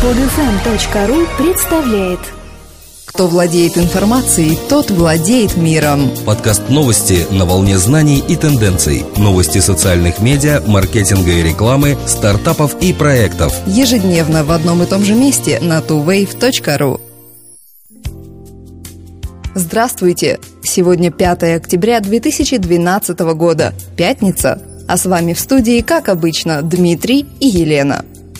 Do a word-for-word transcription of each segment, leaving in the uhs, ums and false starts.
под эф эм точка ру представляет. Кто владеет информацией, тот владеет миром. Подкаст новости на волне знаний и тенденций. Новости социальных медиа, маркетинга и рекламы, стартапов и проектов. Ежедневно в одном и том же месте на ту вейв точка ру. Здравствуйте! Сегодня пятое октября две тысячи двенадцатого года. Пятница. А с вами в студии, как обычно, Дмитрий и Елена.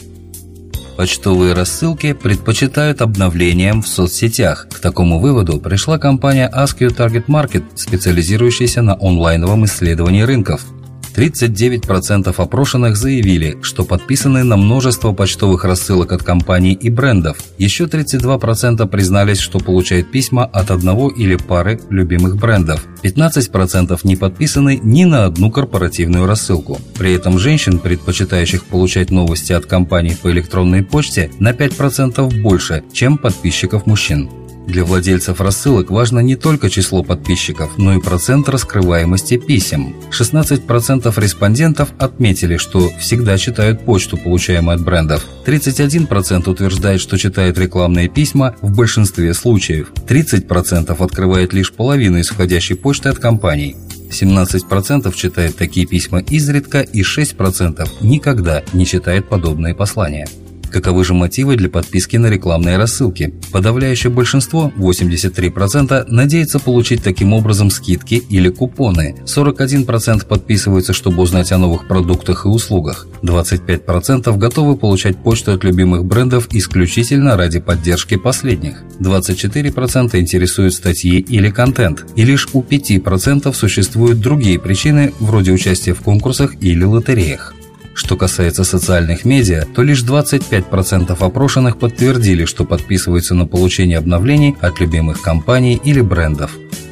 Почтовые рассылки предпочитают обновлениям в соцсетях. К такому выводу пришла компания Ask You Target Market, специализирующаяся на онлайновом исследовании рынков. тридцать девять процентов опрошенных заявили, что подписаны на множество почтовых рассылок от компаний и брендов. Еще тридцать два процента признались, что получают письма от одного или пары любимых брендов. пятнадцать процентов не подписаны ни на одну корпоративную рассылку. При этом женщин, предпочитающих получать новости от компаний по электронной почте, на пять процентов больше, чем подписчиков мужчин. Для владельцев рассылок важно не только число подписчиков, но и процент раскрываемости писем. шестнадцать процентов респондентов отметили, что всегда читают почту, получаемую от брендов. тридцать один процент утверждает, что читает рекламные письма в большинстве случаев. тридцать процентов открывает лишь половину исходящей почты от компаний. семнадцать процентов читает такие письма изредка и шесть процентов никогда не читает подобные послания. Каковы же мотивы для подписки на рекламные рассылки? Подавляющее большинство, восемьдесят три процента, надеется получить таким образом скидки или купоны. сорок один процент подписываются, чтобы узнать о новых продуктах и услугах. двадцать пять процентов готовы получать почту от любимых брендов исключительно ради поддержки последних. двадцать четыре процента интересуют статьи или контент. И лишь у пяти процентов существуют другие причины, вроде участия в конкурсах или лотереях. Что касается социальных медиа, то лишь двадцать пять процентов опрошенных подтвердили, что подписываются на получение обновлений от любимых компаний или брендов.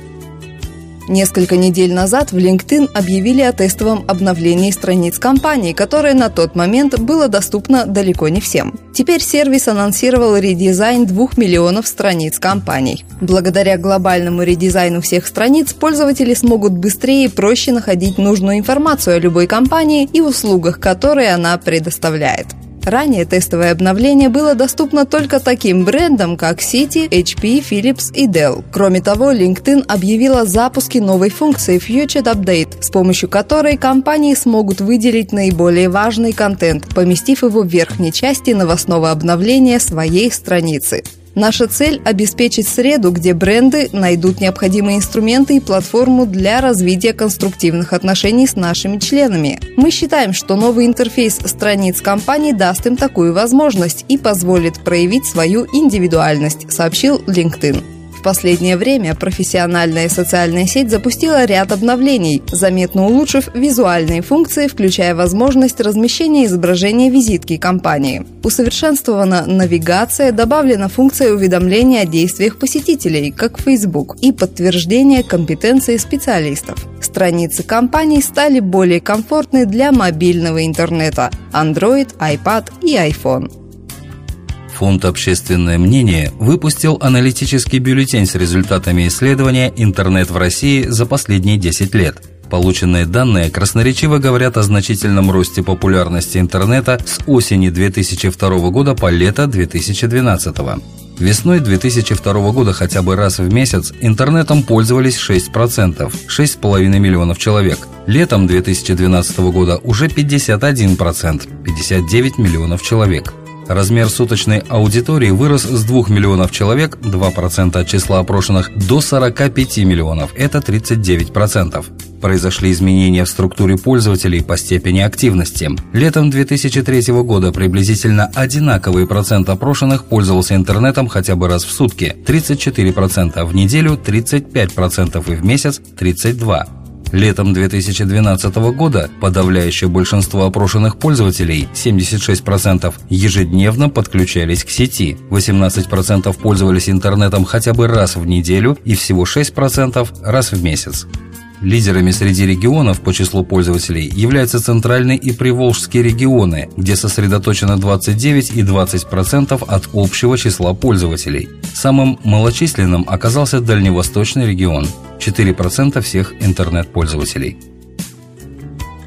Несколько недель назад в LinkedIn объявили о тестовом обновлении страниц компании, которое на тот момент было доступно далеко не всем. Теперь сервис анонсировал редизайн двух миллионов страниц компаний. Благодаря глобальному редизайну всех страниц пользователи смогут быстрее и проще находить нужную информацию о любой компании и услугах, которые она предоставляет. Ранее тестовое обновление было доступно только таким брендам, как Citi, эйч пи, Philips и Dell. Кроме того, LinkedIn объявила о запуске новой функции Featured Update, с помощью которой компании смогут выделить наиболее важный контент, поместив его в верхней части новостного обновления своей страницы. Наша цель – обеспечить среду, где бренды найдут необходимые инструменты и платформу для развития конструктивных отношений с нашими членами. Мы считаем, что новый интерфейс страниц компаний даст им такую возможность и позволит проявить свою индивидуальность, сообщил LinkedIn. В последнее время профессиональная социальная сеть запустила ряд обновлений, заметно улучшив визуальные функции, включая возможность размещения изображения визитки компании. Усовершенствована навигация, добавлена функция уведомления о действиях посетителей, как Facebook, и подтверждение компетенции специалистов. Страницы компаний стали более комфортны для мобильного интернета – Android, iPad и iPhone. Фонд «Общественное мнение» выпустил аналитический бюллетень с результатами исследования «Интернет в России за последние десять лет». Полученные данные красноречиво говорят о значительном росте популярности интернета с осени две тысячи второго года по лето две тысячи двенадцатого. Весной две тысячи второго года хотя бы раз в месяц интернетом пользовались шесть процентов, шесть с половиной миллионов человек. Летом две тысячи двенадцатого года уже пятьдесят один процент, пятьдесят девять миллионов человек. Размер суточной аудитории вырос с двух миллионов человек, два процента от числа опрошенных, до сорока пяти миллионов, это тридцать девять процентов. Произошли изменения в структуре пользователей по степени активности. Летом две тысячи третьего года приблизительно одинаковый процент опрошенных пользовался интернетом хотя бы раз в сутки, тридцать четыре процента, в неделю тридцать пять процентов и в месяц тридцать два процента. Летом две тысячи двенадцатого года подавляющее большинство опрошенных пользователей, семьдесят шесть процентов, ежедневно подключались к сети, восемнадцать процентов пользовались интернетом хотя бы раз в неделю и всего шесть процентов раз в месяц. Лидерами среди регионов по числу пользователей являются Центральный и Приволжский регионы, где сосредоточено двадцать девять и двадцать процентов от общего числа пользователей. Самым малочисленным оказался Дальневосточный регион – четыре процента всех интернет-пользователей.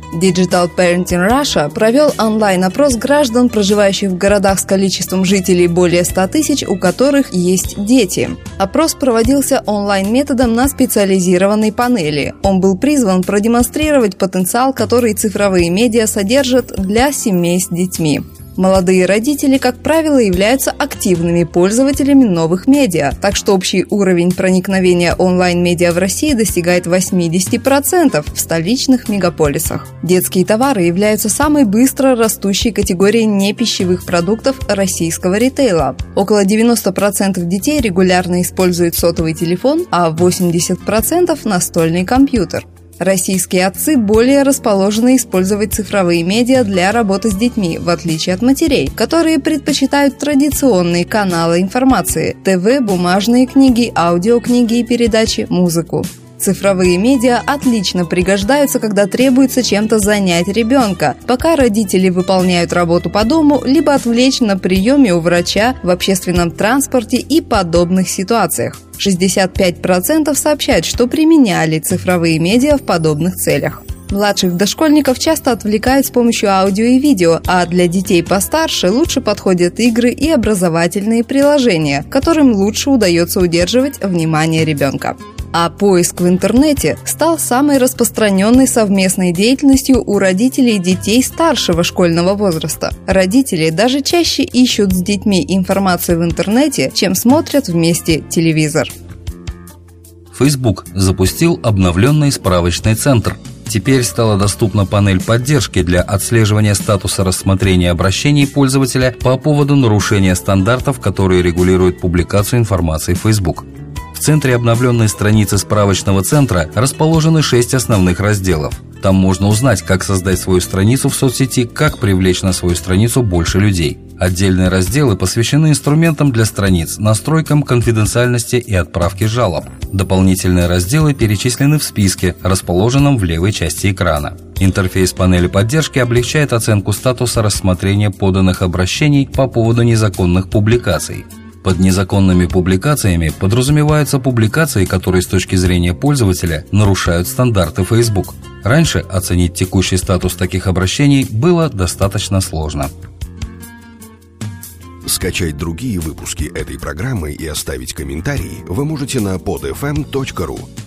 Digital Parenting Russia провел онлайн-опрос граждан, проживающих в городах с количеством жителей более ста тысяч, у которых есть дети. Опрос проводился онлайн-методом на специализированной панели. Он был призван продемонстрировать потенциал, который цифровые медиа содержат для семей с детьми. Молодые родители, как правило, являются активными пользователями новых медиа, так что общий уровень проникновения онлайн-медиа в России достигает восемьдесят процентов в столичных мегаполисах. Детские товары являются самой быстро растущей категорией непищевых продуктов российского ритейла. Около девяноста процентов детей регулярно используют сотовый телефон, а восемьдесят процентов – настольный компьютер. Российские отцы более расположены использовать цифровые медиа для работы с детьми, в отличие от матерей, которые предпочитают традиционные каналы информации – ТВ, бумажные книги, аудиокниги и передачи, музыку. Цифровые медиа отлично пригождаются, когда требуется чем-то занять ребенка, пока родители выполняют работу по дому, либо отвлечь на приеме у врача, в общественном транспорте и подобных ситуациях. шестьдесят пять процентов сообщают, что применяли цифровые медиа в подобных целях. Младших дошкольников часто отвлекают с помощью аудио и видео, а для детей постарше лучше подходят игры и образовательные приложения, которым лучше удается удерживать внимание ребенка. А поиск в интернете стал самой распространенной совместной деятельностью у родителей детей старшего школьного возраста. Родители даже чаще ищут с детьми информацию в интернете, чем смотрят вместе телевизор. Facebook запустил обновленный справочный центр. Теперь стала доступна панель поддержки для отслеживания статуса рассмотрения обращений пользователя по поводу нарушения стандартов, которые регулируют публикацию информации в Facebook. В центре обновленной страницы справочного центра расположены шесть основных разделов. Там можно узнать, как создать свою страницу в соцсети, как привлечь на свою страницу больше людей. Отдельные разделы посвящены инструментам для страниц, настройкам конфиденциальности и отправке жалоб. Дополнительные разделы перечислены в списке, расположенном в левой части экрана. Интерфейс панели поддержки облегчает оценку статуса рассмотрения поданных обращений по поводу незаконных публикаций. Под незаконными публикациями подразумеваются публикации, которые с точки зрения пользователя нарушают стандарты Facebook. Раньше оценить текущий статус таких обращений было достаточно сложно. Скачать другие выпуски этой программы и оставить комментарии вы можете на под эф эм точка ру.